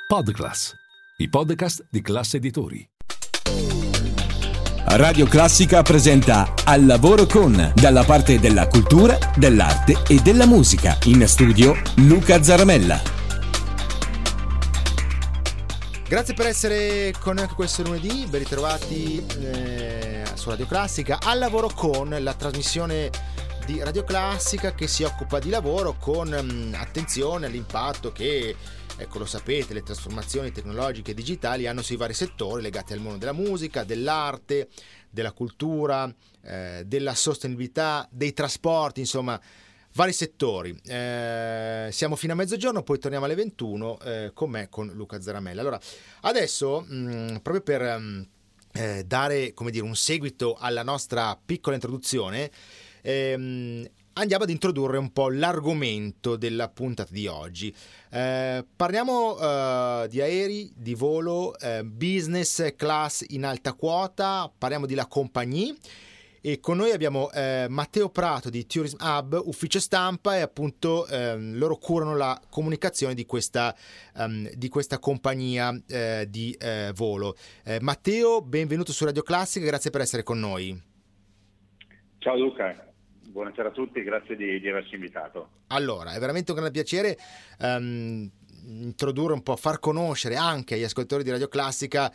Podclass, i podcast di Class Editori. Radio Classica presenta Al lavoro con, dalla parte della cultura, dell'arte e della musica. In studio Luca Zaramella. Grazie per essere con noi anche questo lunedì, ben ritrovati su Radio Classica. Al lavoro con, la trasmissione di Radio Classica che si occupa di lavoro con attenzione all'impatto che, ecco, lo sapete, le trasformazioni tecnologiche e digitali hanno sui vari settori legati al mondo della musica, dell'arte, della cultura, della sostenibilità, dei trasporti, insomma vari settori. Siamo fino a mezzogiorno, poi torniamo alle 21 con me, con Luca Zaramella. Allora, adesso proprio per dare, come dire, un seguito alla nostra piccola introduzione, andiamo ad introdurre un po' l'argomento della puntata di oggi. Parliamo di aerei, di volo, business class in alta quota, parliamo di La Compagnie. E con noi abbiamo Matteo Prato di Tourism Hub, ufficio stampa, e appunto loro curano la comunicazione di questa compagnia di volo. Matteo, benvenuto su Radio Classica, grazie per essere con noi. Ciao Luca, buonasera a tutti, grazie di averci invitato. Allora, è veramente un grande piacere introdurre un po', far conoscere anche agli ascoltatori di Radio Classica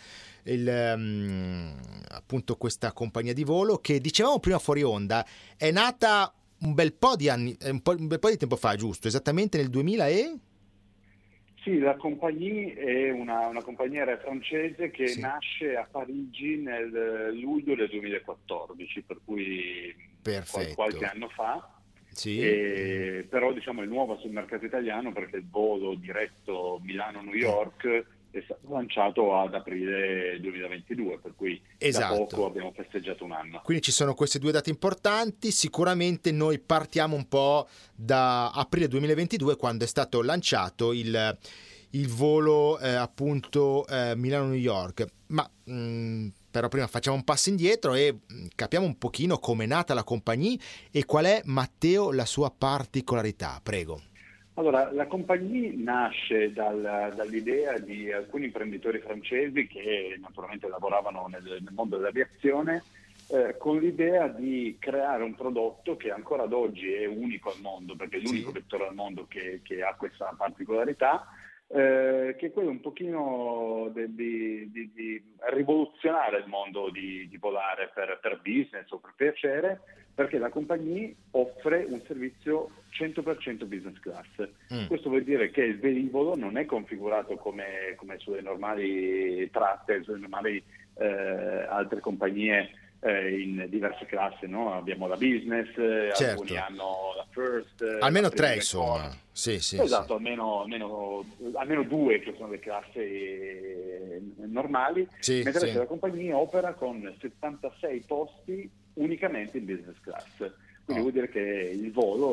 appunto questa compagnia di volo che, dicevamo prima fuori onda, è nata un bel po' di anni, un bel po' di tempo fa, giusto? Esattamente nel 2000 e... Sì, La Compagnie è una compagnia aerea francese che sì, nasce a Parigi nel luglio del 2014, per cui qualche anno fa. Sì. Però diciamo è nuova sul mercato italiano perché il volo diretto Milano-New York è stato lanciato ad aprile 2022, per cui esatto, da poco abbiamo festeggiato un anno. Quindi ci sono queste due date importanti. Sicuramente noi partiamo un po' da aprile 2022, quando è stato lanciato il volo appunto Milano-New York. Ma però prima facciamo un passo indietro e capiamo un pochino come è nata La Compagnie e qual è, Matteo, la sua particolarità. Prego. Allora, La Compagnie nasce dall'idea di alcuni imprenditori francesi che naturalmente lavoravano nel mondo dell'aviazione, con l'idea di creare un prodotto che ancora ad oggi è unico al mondo, perché è l'unico vettore al mondo che ha questa particolarità, che è quello un pochino di rivoluzionare il mondo di volare per business o per piacere, perché La Compagnie offre un servizio 100% business class. Questo vuol dire che il velivolo non è configurato come sulle normali tratte, sulle normali altre compagnie in diverse classi, no? Abbiamo la business, certo, alcuni hanno la first, almeno la tre, insomma. Sì, esatto, sì. almeno due che sono le classi normali, sì, mentre sì, La Compagnia opera con 76 posti unicamente in business class. Quindi vuol dire che il volo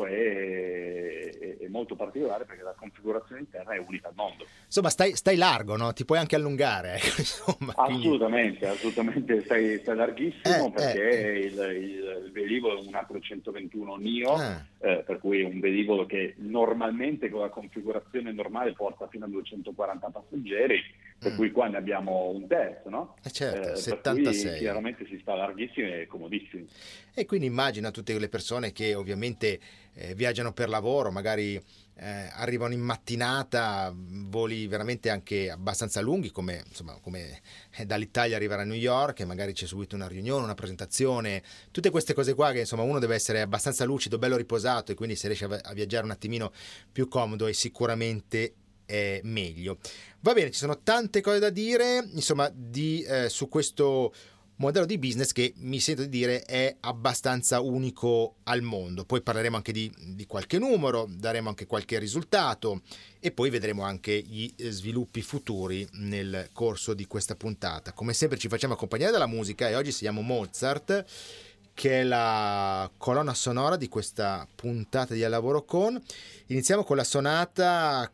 è molto particolare perché la configurazione interna è unica al mondo. Insomma, stai largo, no? Ti puoi anche allungare. Insomma, assolutamente, stai larghissimo perché il velivolo è un A321neo, per cui è un velivolo che normalmente con la configurazione normale porta fino a 240 passeggeri, per cui qua ne abbiamo un terzo, no? Certo, 76. Per cui chiaramente si sta larghissimi e comodissimi. E quindi immagino tutte le persone che ovviamente viaggiano per lavoro, magari arrivano in mattinata, voli veramente anche abbastanza lunghi, come dall'Italia arrivare a New York e magari c'è subito una riunione, una presentazione, tutte queste cose qua che insomma uno deve essere abbastanza lucido, bello riposato, e quindi se riesce a viaggiare un attimino più comodo è sicuramente meglio. Va bene, ci sono tante cose da dire, insomma, su questo modello di business che mi sento di dire è abbastanza unico al mondo. Poi parleremo anche di qualche numero, daremo anche qualche risultato e poi vedremo anche gli sviluppi futuri nel corso di questa puntata. Come sempre ci facciamo accompagnare dalla musica e oggi seguiamo Mozart, che è la colonna sonora di questa puntata di Al lavoro con. Iniziamo con la sonata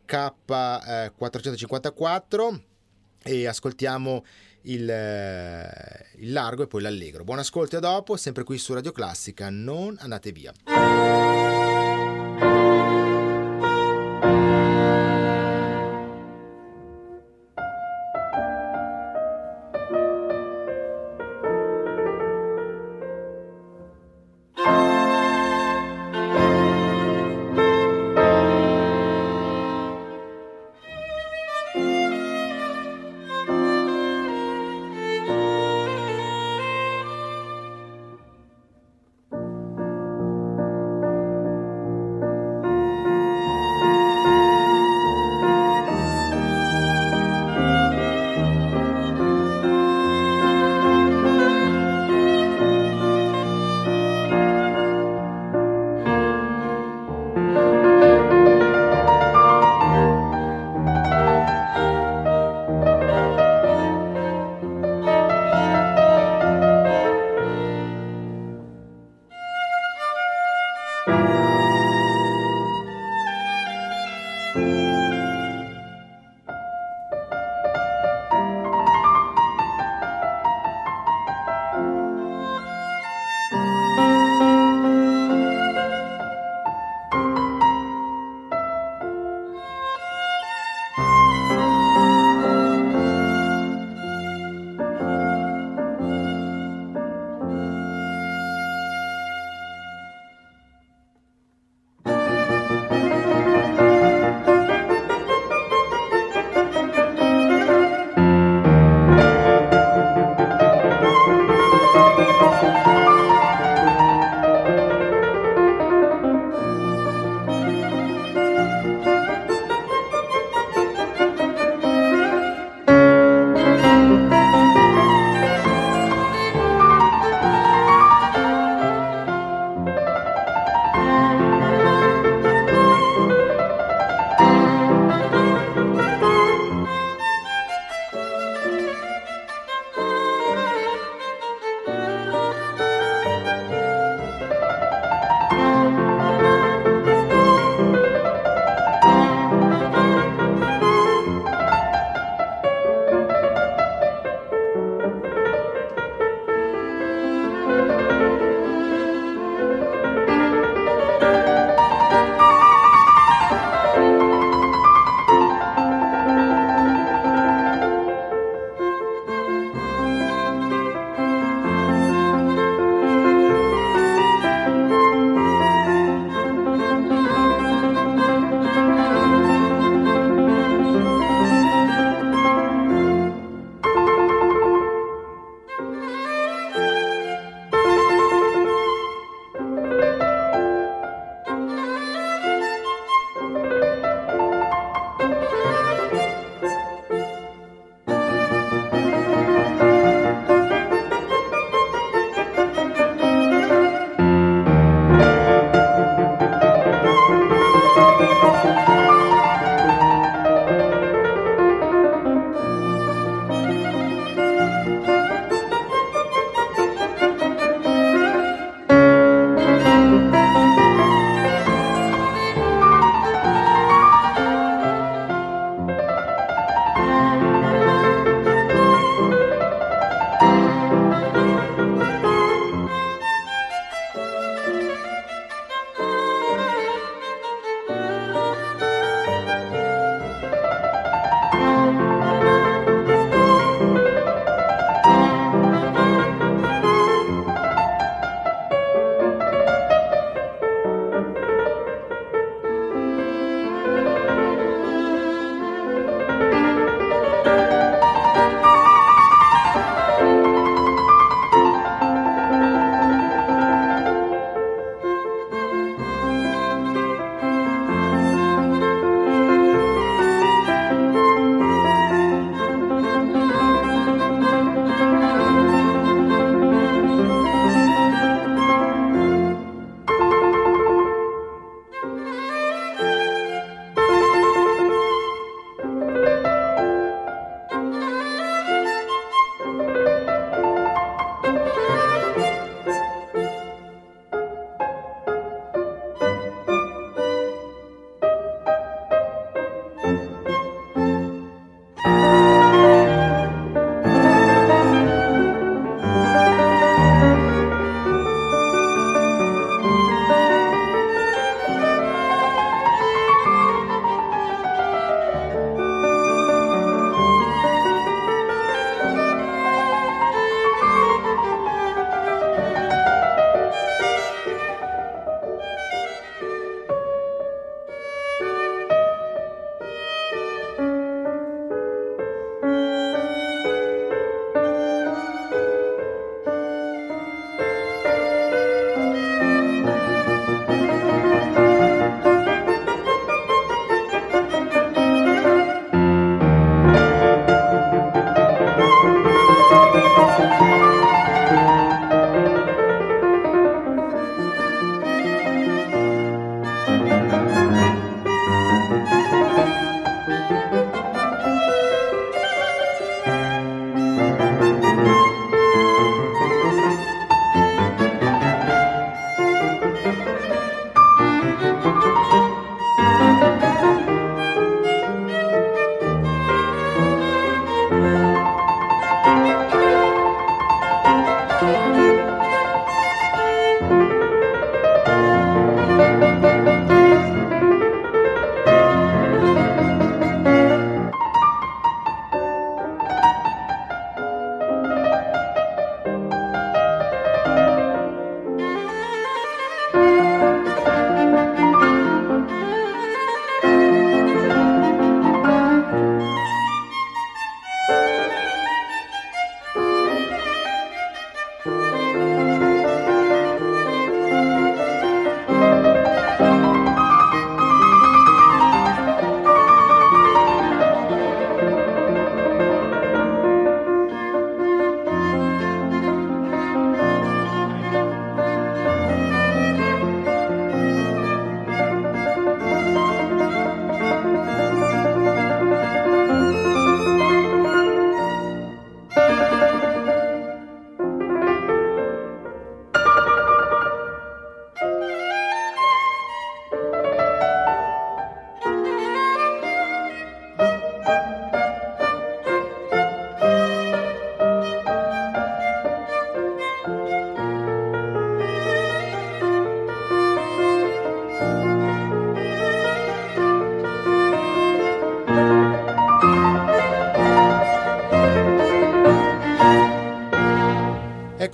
K454 e ascoltiamo il largo e poi l'allegro. Buon ascolto a dopo, sempre qui su Radio Classica, non andate via.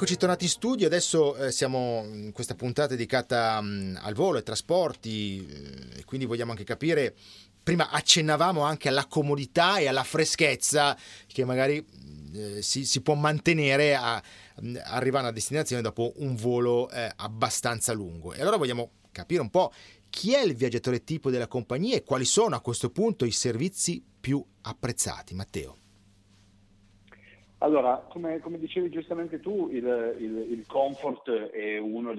Eccoci tornati in studio, adesso siamo in questa puntata dedicata al volo, ai trasporti, e quindi vogliamo anche capire, prima accennavamo anche alla comodità e alla freschezza che magari si può mantenere arrivare a una destinazione dopo un volo abbastanza lungo. E allora vogliamo capire un po' chi è il viaggiatore tipo della compagnia e quali sono a questo punto i servizi più apprezzati. Matteo. Allora, come dicevi giustamente tu, il comfort è uno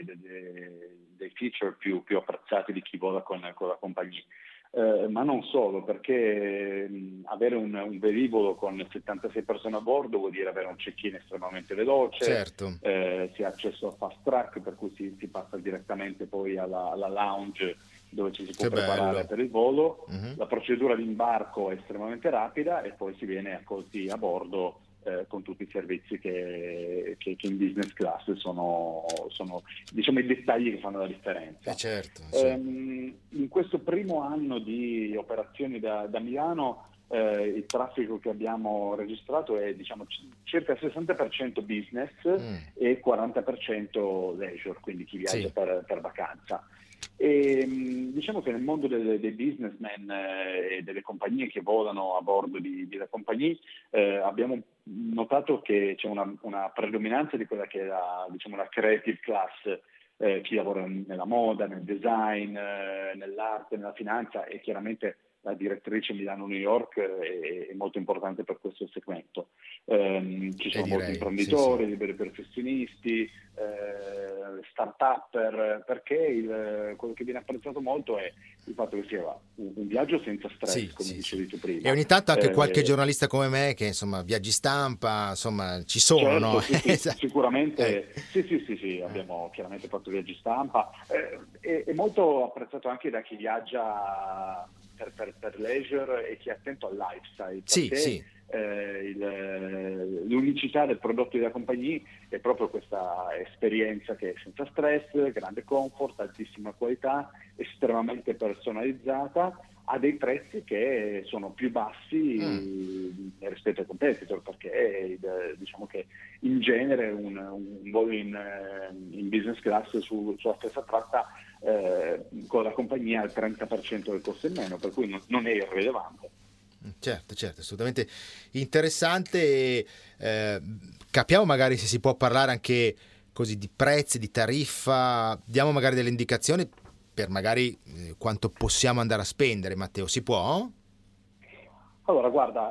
dei feature più apprezzati di chi vola con la compagnia, ma non solo, perché avere un velivolo con 76 persone a bordo vuol dire avere un check-in estremamente veloce, certo. Si ha accesso a fast track, per cui si passa direttamente poi alla lounge dove ci si può preparare per il volo. La procedura di imbarco è estremamente rapida e poi si viene accolti a bordo con tutti i servizi che in business class sono diciamo i dettagli che fanno la differenza. Certo. In questo primo anno di operazioni da Milano il traffico che abbiamo registrato è circa 60% business e 40% leisure, quindi chi viaggia per vacanza. E diciamo che nel mondo dei businessmen e delle compagnie che volano a bordo delle compagnie abbiamo notato che c'è una predominanza di quella che è la creative class, chi lavora nella moda, nel design, nell'arte, nella finanza, e chiaramente la direttrice Milano-New York è molto importante per questo segmento. Ci sono molti imprenditori, liberi professionisti, start-upper, perché quello che viene apprezzato molto è il fatto che sia un viaggio senza stress, come dicevi tu prima. E ogni tanto anche qualche giornalista come me che insomma viaggi stampa, insomma ci sono, certo, no? Sicuramente sì, abbiamo chiaramente fatto viaggi stampa, è molto apprezzato anche da chi viaggia per leisure e chi è attento al lifestyle, perché l'unicità del prodotto della compagnia è proprio questa esperienza che è senza stress, grande comfort, altissima qualità, estremamente personalizzata, a dei prezzi che sono più bassi rispetto ai competitor, perché diciamo che in genere un volo in business class sulla stessa tratta con la compagnia al 30% del costo in meno, per cui non è irrilevante. Certo, assolutamente interessante. Capiamo magari se si può parlare anche così di prezzi, di tariffa, diamo magari delle indicazioni per magari quanto possiamo andare a spendere. Matteo, si può? Allora, guarda,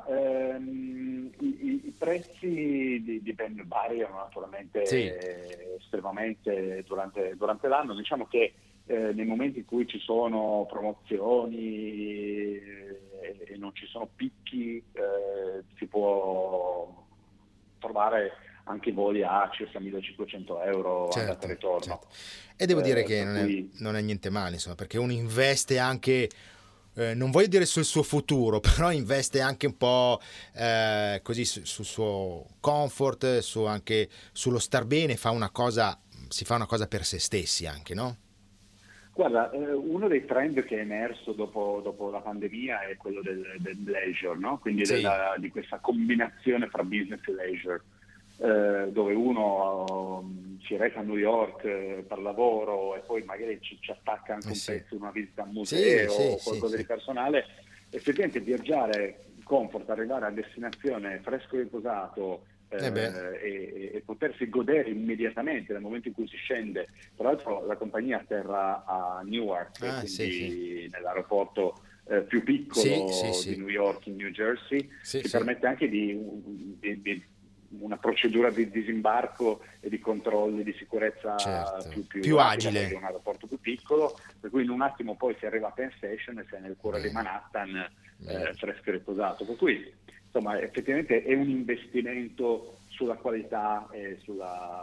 i prezzi variano naturalmente estremamente durante l'anno. Diciamo che nei momenti in cui ci sono promozioni e non ci sono picchi, si può trovare anche voli a circa 1.500 euro andata e ritorno. Certo. E devo dire che non è niente male, insomma, perché uno investe anche, non voglio dire sul suo futuro, però investe anche un po' così sul suo comfort, anche sullo star bene, si fa una cosa per se stessi anche, no? Guarda, uno dei trend che è emerso dopo la pandemia è quello del leisure, no? Quindi di questa combinazione fra business e leisure, dove uno si reca a New York per lavoro e poi magari ci attacca anche un pezzo, una visita a un museo o qualcosa di personale. Effettivamente viaggiare comfort, arrivare a destinazione fresco e riposato, e potersi godere immediatamente dal momento in cui si scende. Tra l'altro la compagnia atterra a Newark, quindi nell'aeroporto più piccolo di New York, in New Jersey, che permette anche di una procedura di disimbarco e di controlli di sicurezza più agile, perché è un aeroporto più piccolo, per cui in un attimo poi si arriva a Penn Station e si è nel cuore di Manhattan, fresco e riposato. Per cui insomma effettivamente è un investimento sulla qualità e sul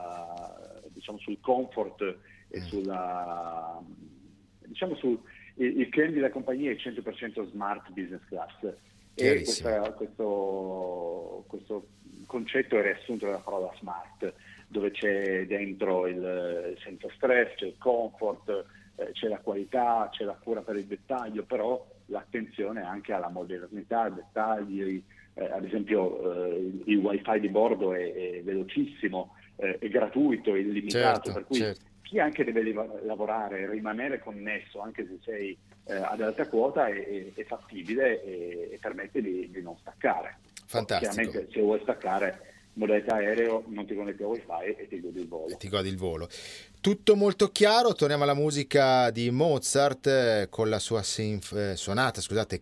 comfort e il claim della compagnia è 100% smart business class, e questo concetto è riassunto dalla parola smart, dove c'è dentro il senza stress, c'è il comfort, c'è la qualità, c'è la cura per il dettaglio, però l'attenzione anche alla modernità, ai dettagli. Ad esempio il wifi di bordo è velocissimo, è gratuito, è illimitato, Certo, per cui certo. chi anche deve lavorare, rimanere connesso, anche se sei ad alta quota, è fattibile e permette di non staccare. Fantastico. Chiaramente se vuoi staccare, modalità aereo, non ti connetti a wifi e ti godi il volo. Ti godi il volo. Tutto molto chiaro, torniamo alla musica di Mozart con la sua sonata, scusate,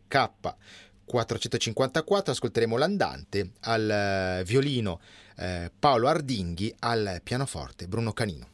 K454, ascolteremo l'andante, al violino Paolo Ardinghi, al pianoforte Bruno Canino.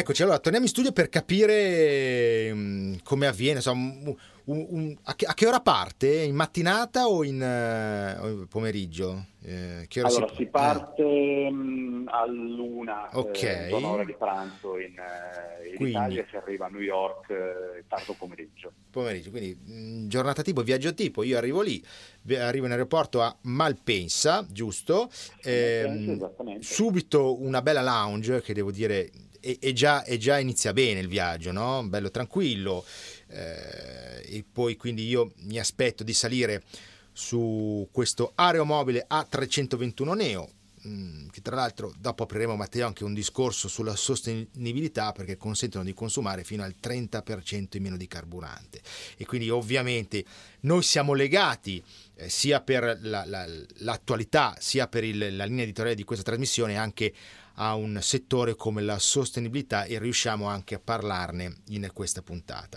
Eccoci, allora torniamo in studio per capire come avviene, insomma, a che ora parte? In mattinata o in pomeriggio? Che ora Allora, si parte all'1, Ok. ora di pranzo in Quindi- Italia, si arriva a New York tardo pomeriggio. Pomeriggio, quindi giornata tipo, viaggio tipo, io arrivo lì, arrivo in aeroporto a Malpensa, giusto? Esattamente. Subito una bella lounge che devo dire e già inizia bene il viaggio, no? Bello tranquillo, e poi quindi io mi aspetto di salire su questo aeromobile A321 Neo, che tra l'altro dopo apriremo, Matteo, anche un discorso sulla sostenibilità, perché consentono di consumare fino al 30% in meno di carburante, e quindi ovviamente noi siamo legati sia per l'attualità sia per la linea editoriale di questa trasmissione anche a un settore come la sostenibilità, e riusciamo anche a parlarne in questa puntata.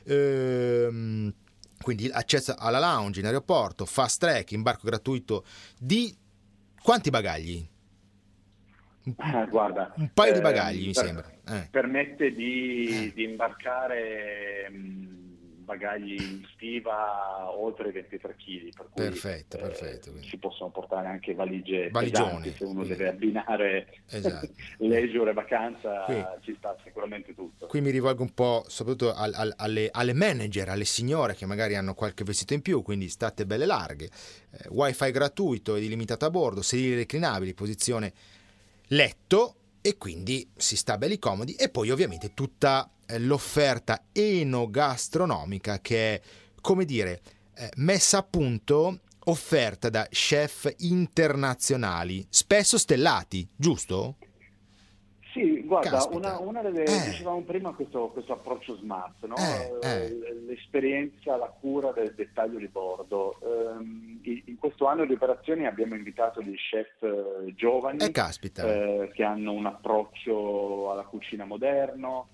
Quindi accesso alla lounge in aeroporto, fast track, imbarco gratuito di quanti bagagli? Guarda, Un paio di bagagli, mi sembra. Permette di imbarcare bagagli in stiva oltre i 23 kg, per cui Perfetto. Quindi si possono portare anche valigioni Valigioni, se uno quindi deve abbinare esatto. leisure e vacanza, Qui- ci sta sicuramente tutto. Qui mi rivolgo un po' soprattutto alle manager, alle signore che magari hanno qualche vestito in più, quindi state belle larghe, wifi gratuito ed illimitato a bordo, sedili reclinabili, posizione letto, e quindi si sta belli comodi, e poi ovviamente tutta l'offerta enogastronomica che è, come dire, messa a punto, offerta da chef internazionali, spesso stellati, giusto? Sì, guarda, Caspita. una delle, dicevamo prima, questo approccio smart, no? L'esperienza, la cura del dettaglio di bordo. In questo anno di operazioni abbiamo invitato dei chef giovani Caspita. che hanno un approccio alla cucina moderno,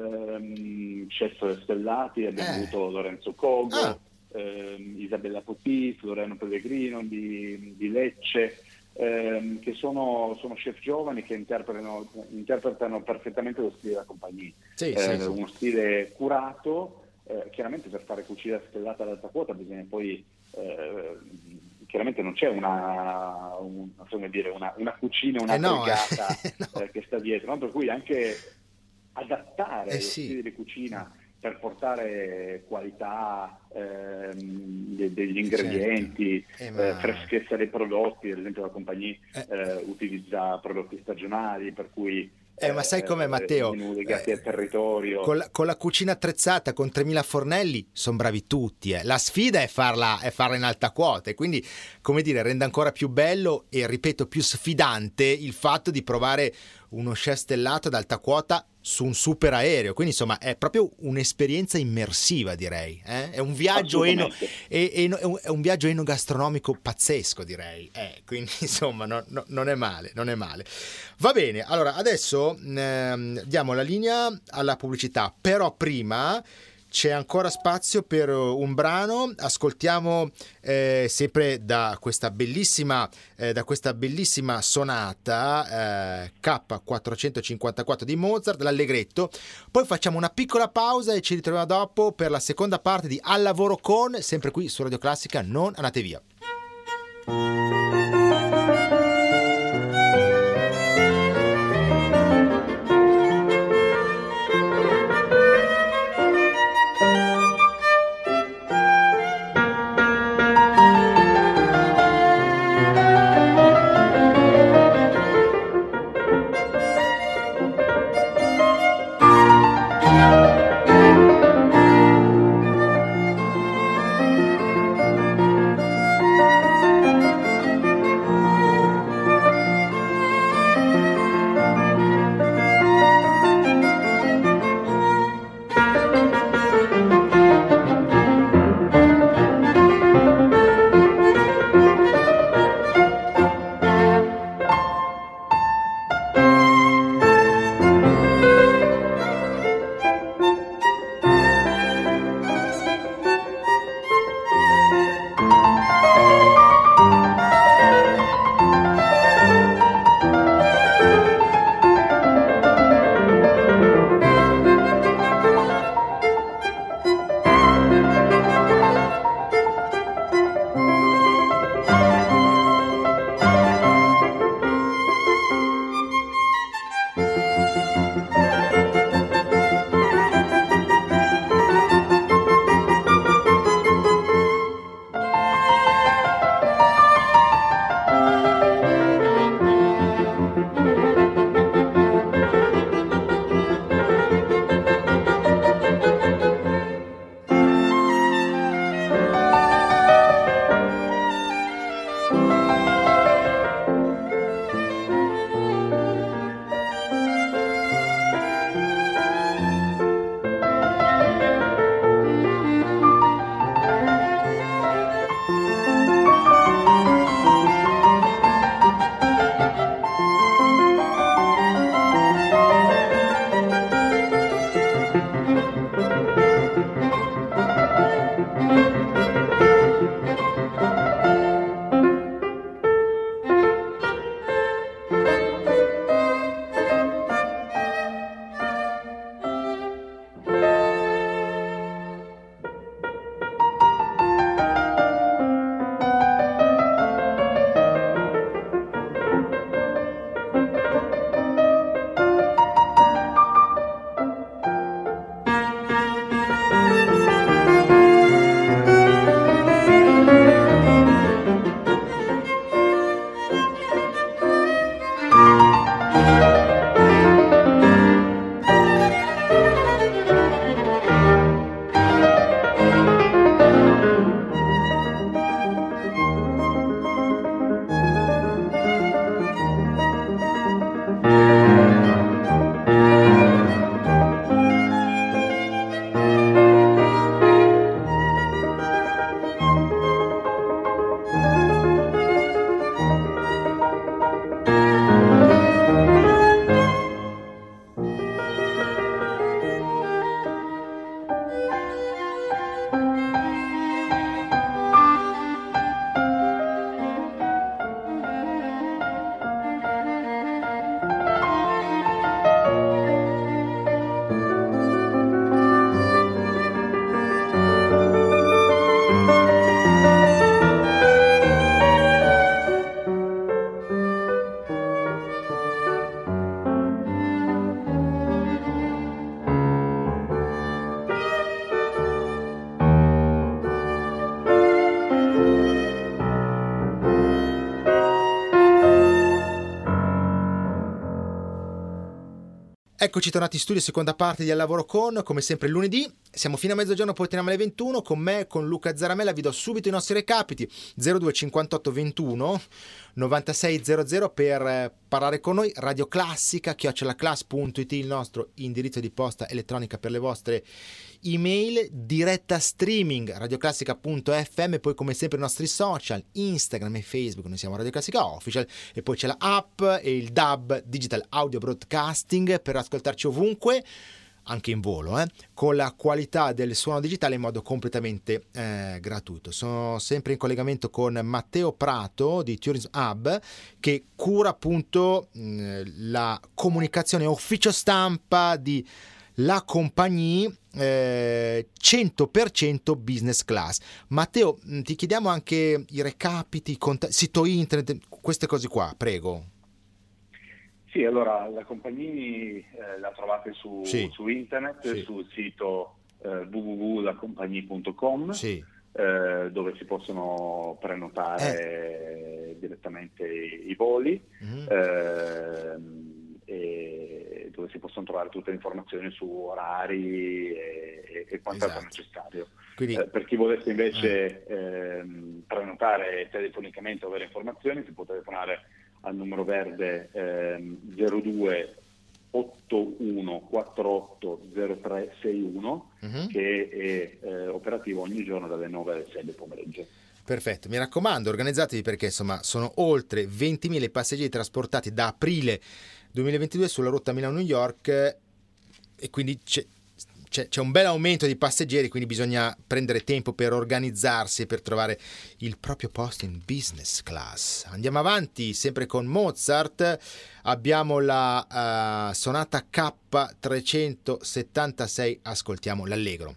chef stellati, abbiamo avuto Lorenzo Cogo, Isabella Potis, Loreno Pellegrino di Lecce, che sono chef giovani che interpretano perfettamente lo stile della compagnia. Sì. Uno stile curato, chiaramente per fare cucina stellata ad alta quota bisogna poi chiaramente non c'è una cucina, una brigata che sta dietro, no? Per cui anche adattare lo stile di cucina per portare qualità degli ingredienti, freschezza dei prodotti. Ad esempio la compagnia utilizza prodotti stagionali, per cui ma sai com'è, Matteo? Legati al territorio. Con la cucina attrezzata, con 3000 fornelli, sono bravi tutti. La sfida è farla in alta quota, e quindi, come dire, rende ancora più bello e, ripeto, più sfidante il fatto di provare uno chef stellato ad alta quota su un super aereo. Quindi insomma è proprio un'esperienza immersiva, direi. È un viaggio è un viaggio enogastronomico pazzesco, direi. Quindi insomma non è male. Va bene, allora adesso diamo la linea alla pubblicità, però prima c'è ancora spazio per un brano. Ascoltiamo sempre da questa bellissima sonata K454 di Mozart, l'Allegretto. Poi facciamo una piccola pausa e ci ritroviamo dopo per la seconda parte di Al lavoro con, sempre qui su Radio Classica. Non andate via. Eccoci tornati in studio, seconda parte di Al Lavoro Con, come sempre lunedì. Siamo fino a mezzogiorno, poi torniamo alle 21 con me, con Luca Zaramella. Vi do subito i nostri recapiti: 02 58 21 96 00 per parlare con noi. Radio Classica @class.it, il nostro indirizzo di posta elettronica per le vostre email. Diretta streaming radioclassica.fm, poi come sempre i nostri social Instagram e Facebook, noi siamo Radio Classica Official, e poi c'è la app e il DAB, Digital Audio Broadcasting, per ascoltarci ovunque, anche in volo, con la qualità del suono digitale in modo completamente gratuito. Sono sempre in collegamento con Matteo Prato di Tourism Hub, che cura appunto la comunicazione ufficio stampa di La Compagnie 100% business class. Matteo, ti chiediamo anche i recapiti, sito internet, queste cose qua, prego. Sì, allora la Compagnie la trovate su internet, sì, sul sito www.lacompagnie.com, sì, dove si possono prenotare direttamente i voli, e dove si possono trovare tutte le informazioni su orari e quant'altro necessario. Quindi, per chi volesse invece prenotare telefonicamente o avere informazioni, si può telefonare al numero verde 02 81 48 0361, che è operativo ogni giorno dalle 9 alle 6 del pomeriggio. Perfetto, mi raccomando, organizzatevi, perché insomma sono oltre 20.000 i passeggeri trasportati da aprile 2022 sulla rotta Milano-New York, e quindi c'è un bel aumento di passeggeri, quindi bisogna prendere tempo per organizzarsi e per trovare il proprio posto in business class. Andiamo avanti, sempre con Mozart. Abbiamo la sonata K376, ascoltiamo l'Allegro.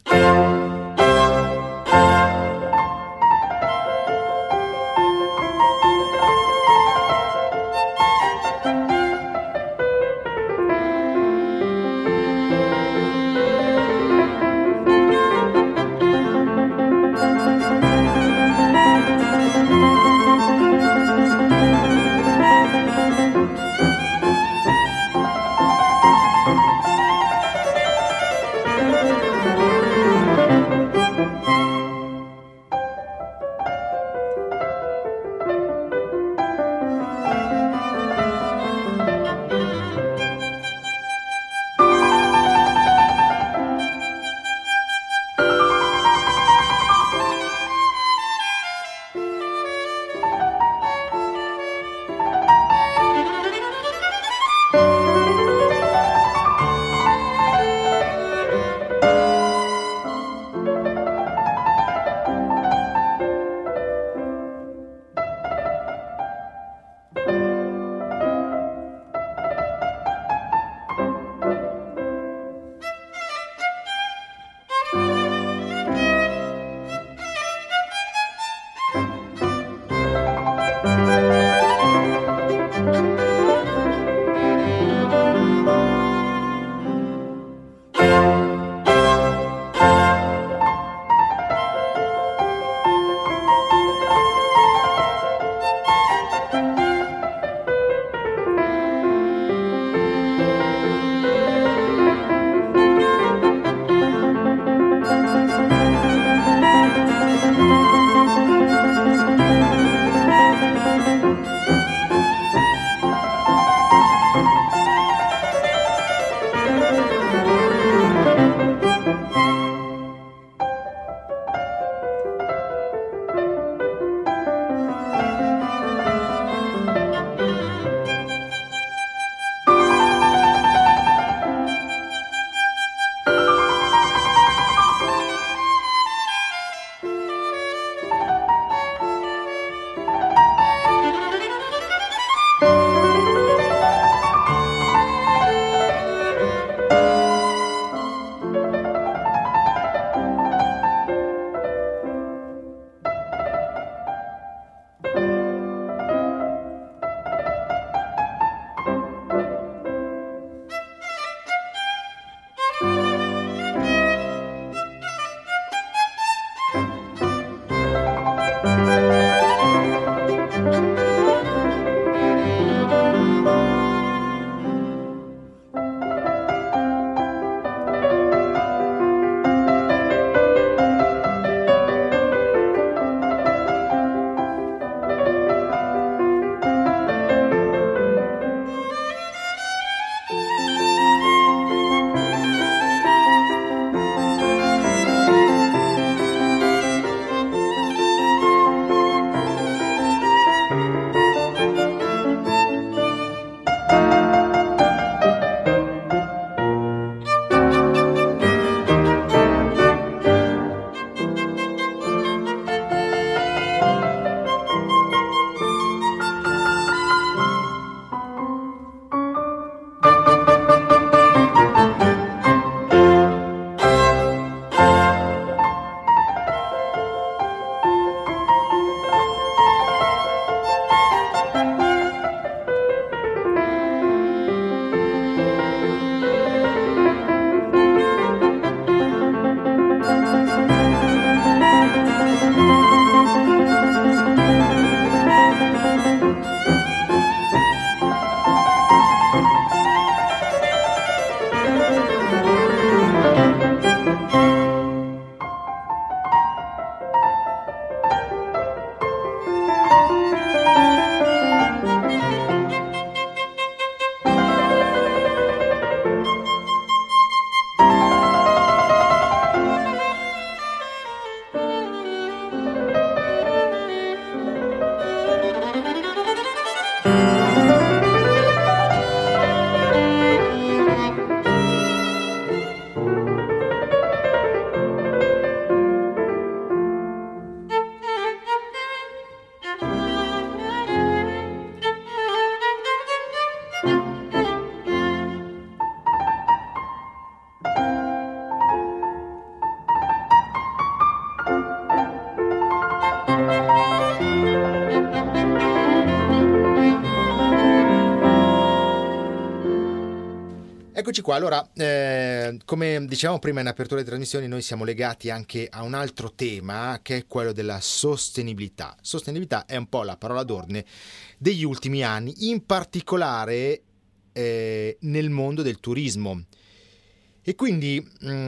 Eccoci qua, allora come dicevamo prima in apertura di trasmissioni, noi siamo legati anche a un altro tema che è quello della sostenibilità. Sostenibilità è un po' la parola d'ordine degli ultimi anni, in particolare nel mondo del turismo. E quindi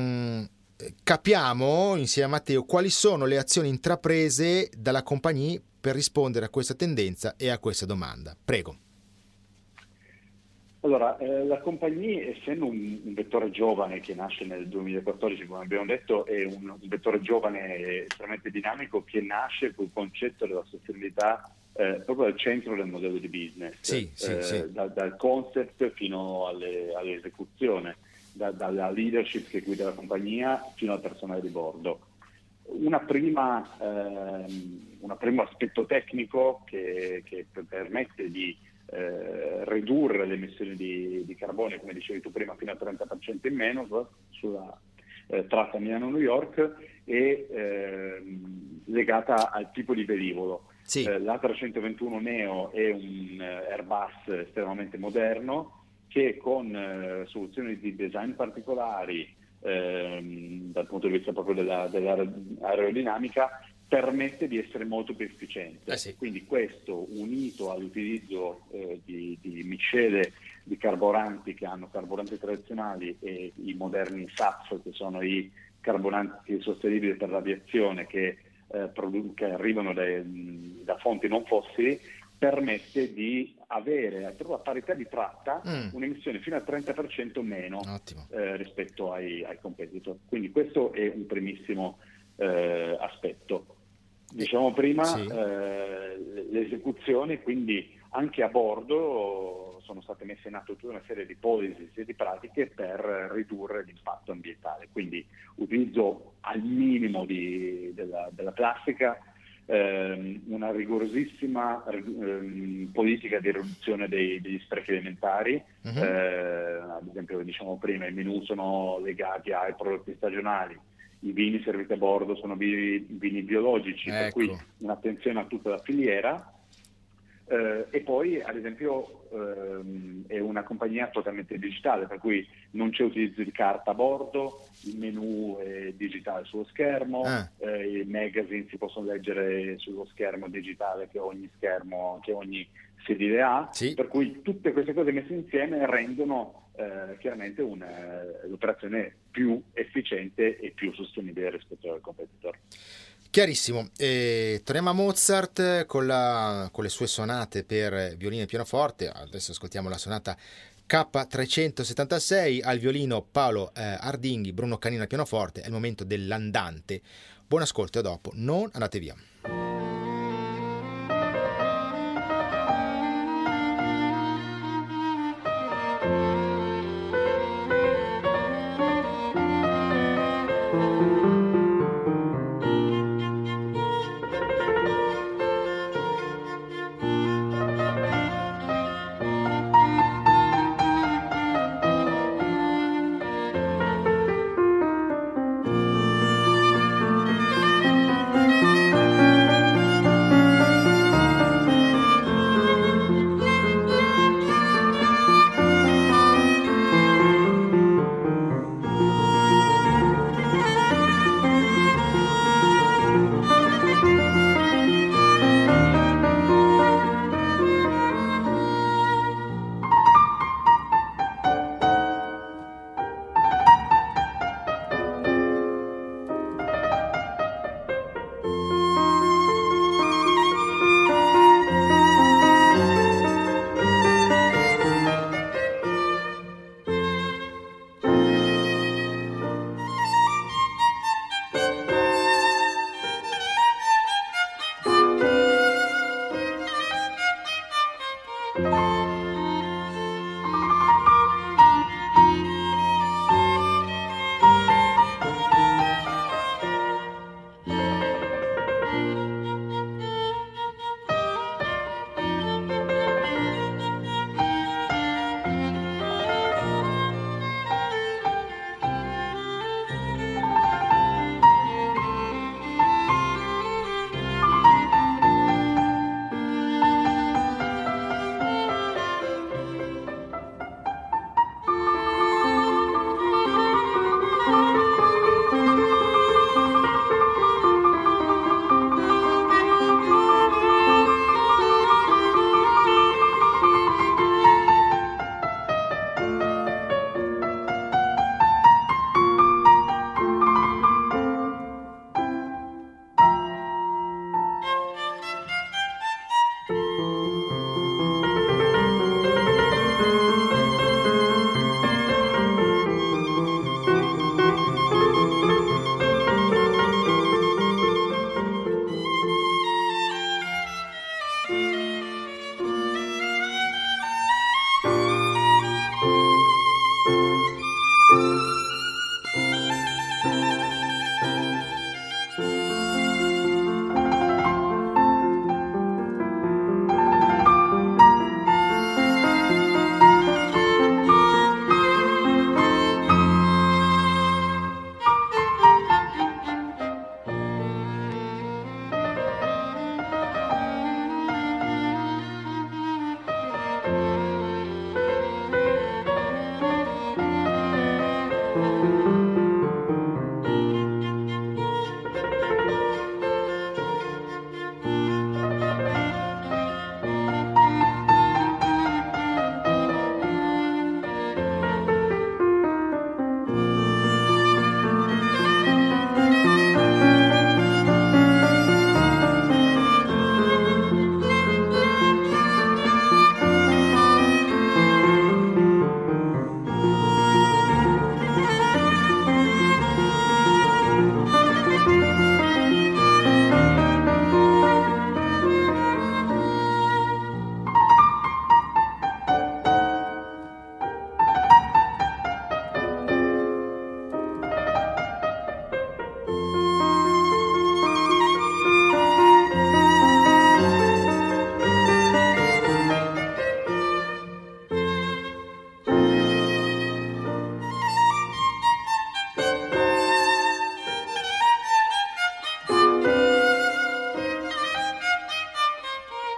capiamo insieme a Matteo quali sono le azioni intraprese dalla compagnia per rispondere a questa tendenza e a questa domanda. Prego. Allora, la compagnia, essendo un vettore giovane che nasce nel 2014, come abbiamo detto, è un vettore giovane estremamente dinamico che nasce col concetto della sostenibilità proprio al centro del modello di business, sì. Dal concept fino all'esecuzione, dalla leadership che guida la compagnia fino al personale di bordo. Un primo aspetto tecnico che permette di ridurre le emissioni di carbonio, come dicevi tu prima, fino al 30% in meno sulla tratta Milano-New York, è legata al tipo di velivolo. Sì. L'A321 Neo è un Airbus estremamente moderno che con soluzioni di design particolari dal punto di vista proprio dell'aerodinamica permette di essere molto più efficiente. Sì. Quindi questo, unito all'utilizzo di miscele di carburanti che hanno carburanti tradizionali e i moderni SAF, che sono i carburanti sostenibili per l'aviazione che arrivano da fonti non fossili, permette di avere a parità di tratta un'emissione fino al 30% meno rispetto ai competitor. Quindi questo è un primissimo aspetto. Diciamo prima, sì. Le esecuzioni, quindi anche a bordo sono state messe in atto tutta una serie di policy e di pratiche per ridurre l'impatto ambientale, quindi utilizzo al minimo della plastica, una rigorosissima politica di riduzione degli sprechi alimentari, ad esempio diciamo prima i menù sono legati ai prodotti stagionali, i vini serviti a bordo sono vini biologici, ecco. Per cui un'attenzione a tutta la filiera. E poi ad esempio è una compagnia totalmente digitale, per cui non c'è utilizzo di carta a bordo, il menu è digitale sullo schermo, i magazine si possono leggere sullo schermo digitale che ogni sedile ha, sì. Per cui tutte queste cose messe insieme rendono chiaramente l'operazione più efficiente e più sostenibile rispetto al competitor. Chiarissimo. Torniamo a Mozart con le sue sonate per violino e pianoforte. Adesso ascoltiamo la sonata K376, al violino Paolo Ardinghi, Bruno Canino al pianoforte. È il momento dell'andante. Buon ascolto, a dopo, non andate via.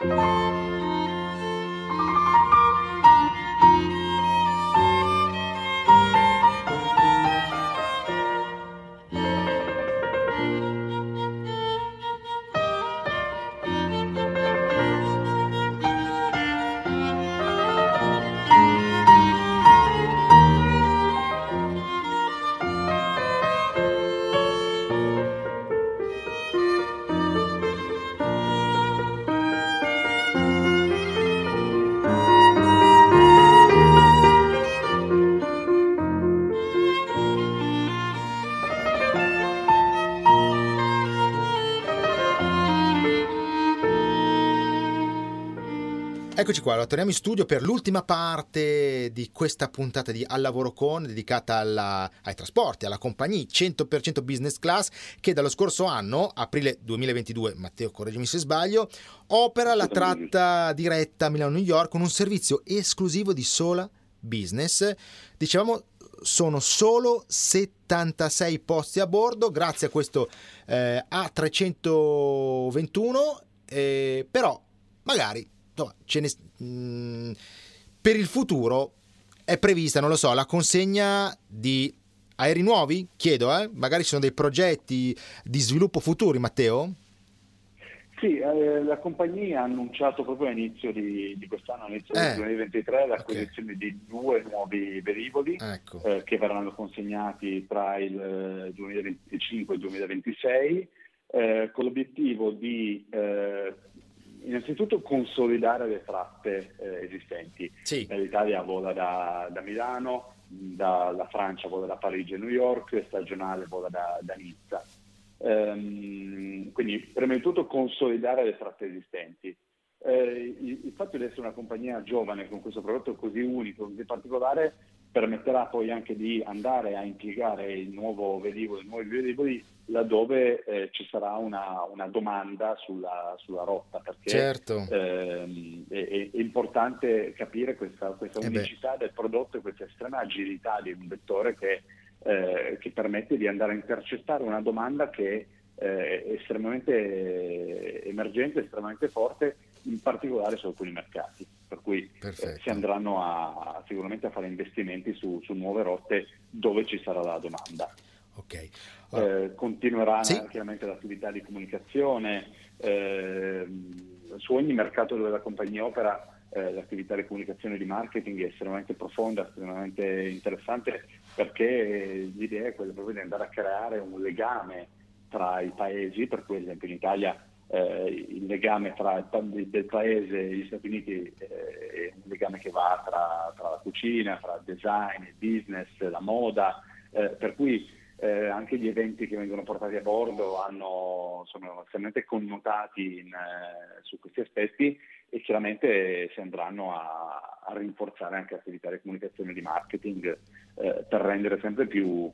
Eccoci qua, allora torniamo in studio per l'ultima parte di questa puntata di Al Lavoro Con, dedicata ai trasporti, alla compagnia 100% business class, che dallo scorso anno, aprile 2022, Matteo correggimi se sbaglio, opera la tratta diretta Milano-New York con un servizio esclusivo di sola business. Dicevamo, sono solo 76 posti a bordo grazie a questo A321, però magari per il futuro è prevista, non lo so, la consegna di aerei nuovi? Chiedo, magari ci sono dei progetti di sviluppo futuri, Matteo? Sì, la compagnia ha annunciato proprio all'inizio di quest'anno, all'inizio del 2023, l'acquisizione di 2 nuovi velivoli, ecco, che verranno consegnati tra il 2025 e il 2026, con l'obiettivo di innanzitutto consolidare le tratte esistenti. Sì. L'Italia vola da Milano, dalla Francia vola da Parigi a New York, stagionale vola da Nizza. Quindi prima di tutto consolidare le tratte esistenti. Il fatto di essere una compagnia giovane con questo prodotto così unico, così particolare, permetterà poi anche di andare a impiegare il nuovo velivolo, i nuovi velivoli laddove ci sarà una domanda sulla rotta, perché certo, è importante capire questa unicità del prodotto e questa estrema agilità di un vettore che permette di andare a intercettare una domanda che è estremamente emergente, estremamente forte, in particolare su alcuni mercati, per cui si andranno sicuramente a fare investimenti su nuove rotte dove ci sarà la domanda. Okay. Continuerà chiaramente l'attività di comunicazione, su ogni mercato dove la compagnia opera. L'attività di comunicazione e di marketing è estremamente profonda, estremamente interessante, perché l'idea è quella proprio di andare a creare un legame tra i paesi, per cui ad esempio in Italia il legame del paese e gli Stati Uniti è un legame che va tra la cucina, tra il design, il business, la moda, per cui anche gli eventi che vengono portati a bordo sono estremamente connotati su questi aspetti, e chiaramente si andranno a rinforzare anche attività di comunicazione e di marketing per rendere sempre più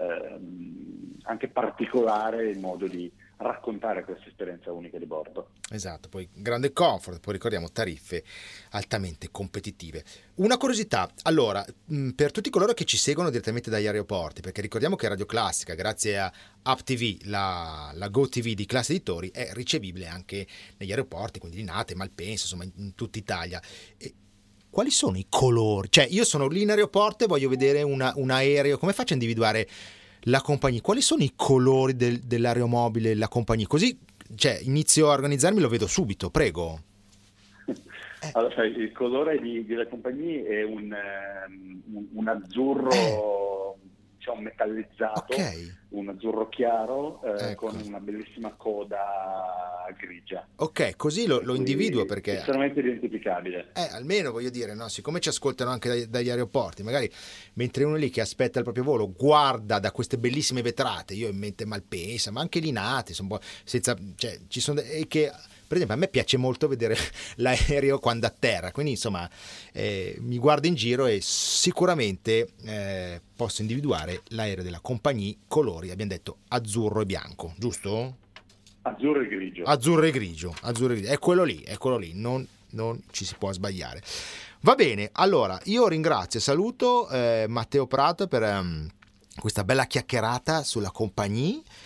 anche particolare il modo di raccontare questa esperienza unica di bordo. Esatto, poi grande comfort, poi ricordiamo tariffe altamente competitive. Una curiosità, allora, per tutti coloro che ci seguono direttamente dagli aeroporti, perché ricordiamo che Radio Classica, grazie a UpTV, la GoTV di Classe Editori, è ricevibile anche negli aeroporti, quindi di Linate, Malpensa, insomma in tutta Italia. Quali sono i colori? Cioè, io sono lì in aeroporto e voglio vedere un aereo, come faccio a individuare la compagnia? Quali sono i colori dell'aeromobile, la compagnia? Così, cioè, inizio a organizzarmi, lo vedo subito, prego. Allora, il colore della compagnia è un azzurro, diciamo, metallizzato, un azzurro chiaro, ecco, con una bellissima coda grigia. Ok, così lo individuo, perché estremamente identificabile. Almeno, voglio dire, no, siccome ci ascoltano anche dagli aeroporti, magari mentre uno lì che aspetta il proprio volo guarda da queste bellissime vetrate, io ho in mente Malpensa, ma anche Linate, ci sono, e che per esempio a me piace molto vedere l'aereo quando atterra, quindi insomma mi guardo in giro e sicuramente posso individuare l'aereo della compagnia, colori, abbiamo detto azzurro e bianco, giusto? Azzurro e grigio. Azzurro e grigio, è quello lì, non ci si può sbagliare. Va bene, allora io ringrazio e saluto Matteo Prato per questa bella chiacchierata sulla compagnia,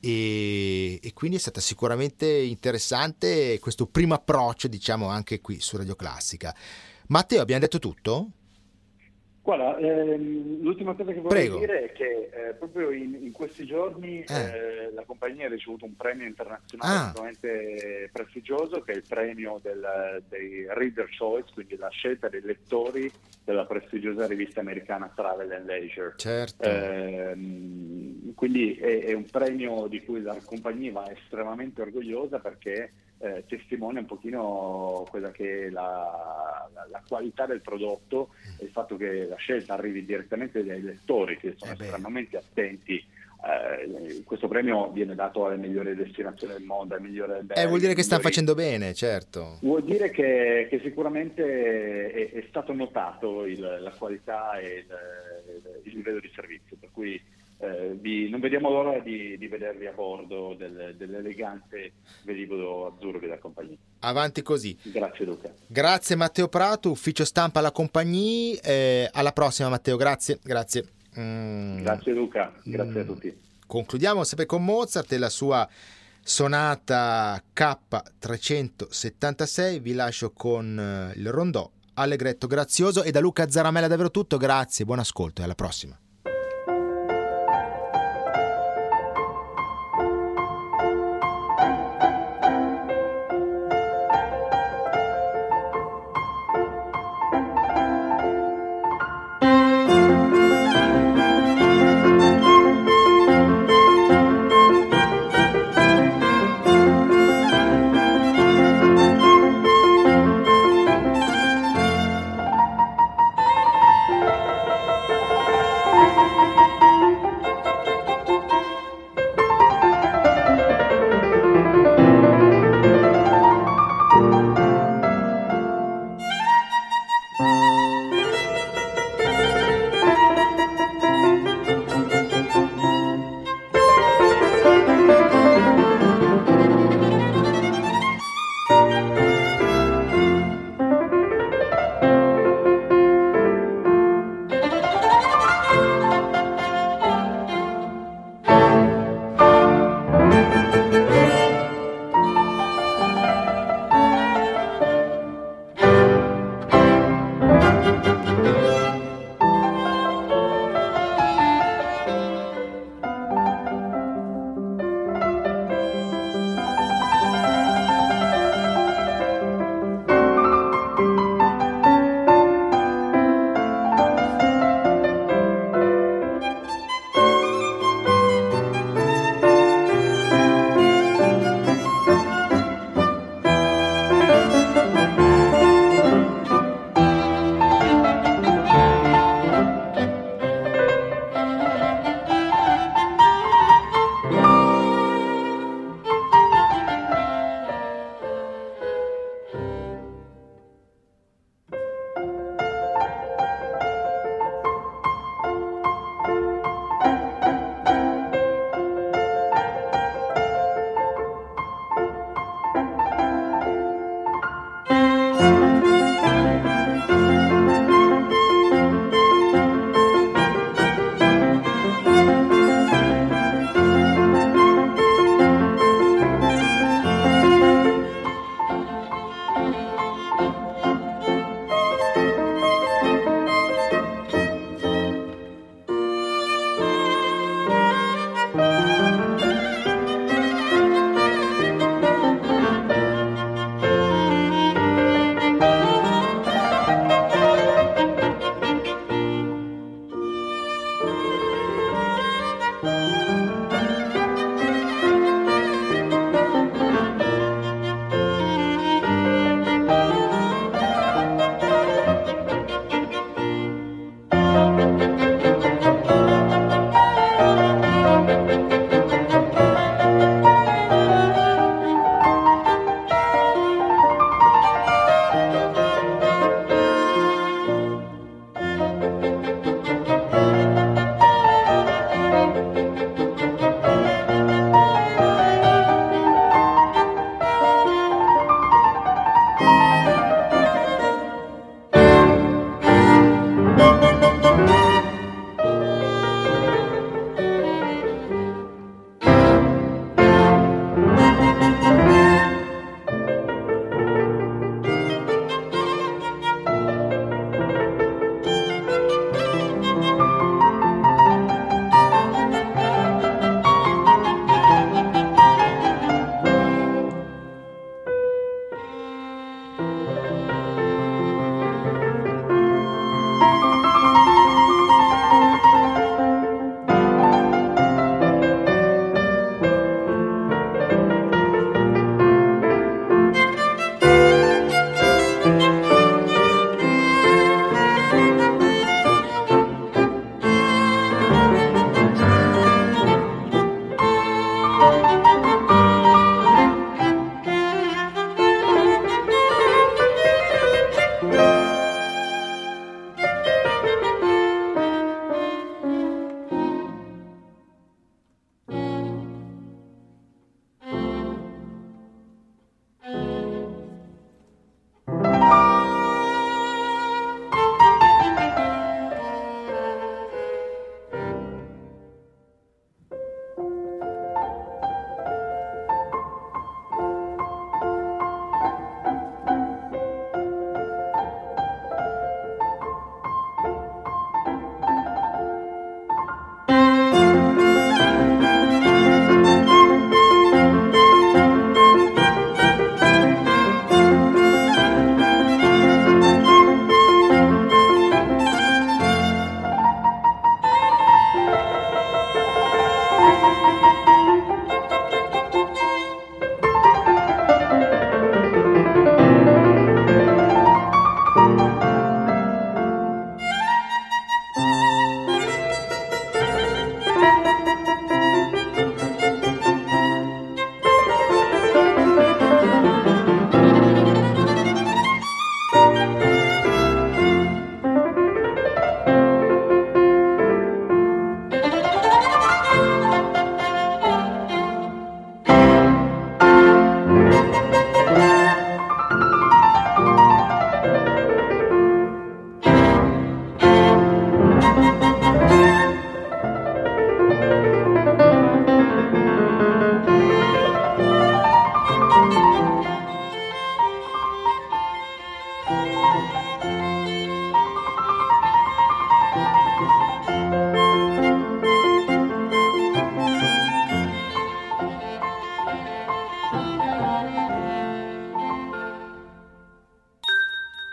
e quindi è stata sicuramente interessante questo primo approccio, diciamo, anche qui su Radio Classica. Matteo, abbiamo detto tutto? Guarda, l'ultima cosa che vorrei Prego. dire è che proprio in questi giorni la compagnia ha ricevuto un premio internazionale estremamente prestigioso, che è il premio dei Reader Choice, quindi la scelta dei lettori della prestigiosa rivista americana Travel and Leisure. Certo. Quindi è un premio di cui la compagnia va estremamente orgogliosa, perché testimonia un pochino quella che è la qualità del prodotto e il fatto che la scelta arrivi direttamente dai lettori, che sono estremamente attenti. Questo premio viene dato alle migliori destinazioni del mondo, ai migliori alberghi. Vuol dire che stanno facendo bene, certo. Vuol dire che sicuramente è stato notato la qualità e il livello di servizio, per cui non vediamo l'ora di vedervi a bordo dell'elegante velivolo azzurro della compagnia. Avanti così. Grazie Luca. Grazie Matteo Prato, ufficio stampa alla compagnia. Alla prossima Matteo, grazie. Grazie Luca, grazie a tutti. Concludiamo sempre con Mozart e la sua sonata K376. Vi lascio con il rondò allegretto grazioso, e da Luca Zaramella davvero tutto. Grazie, buon ascolto e alla prossima.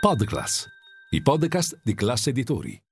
Podclass, i podcast di Classe Editori.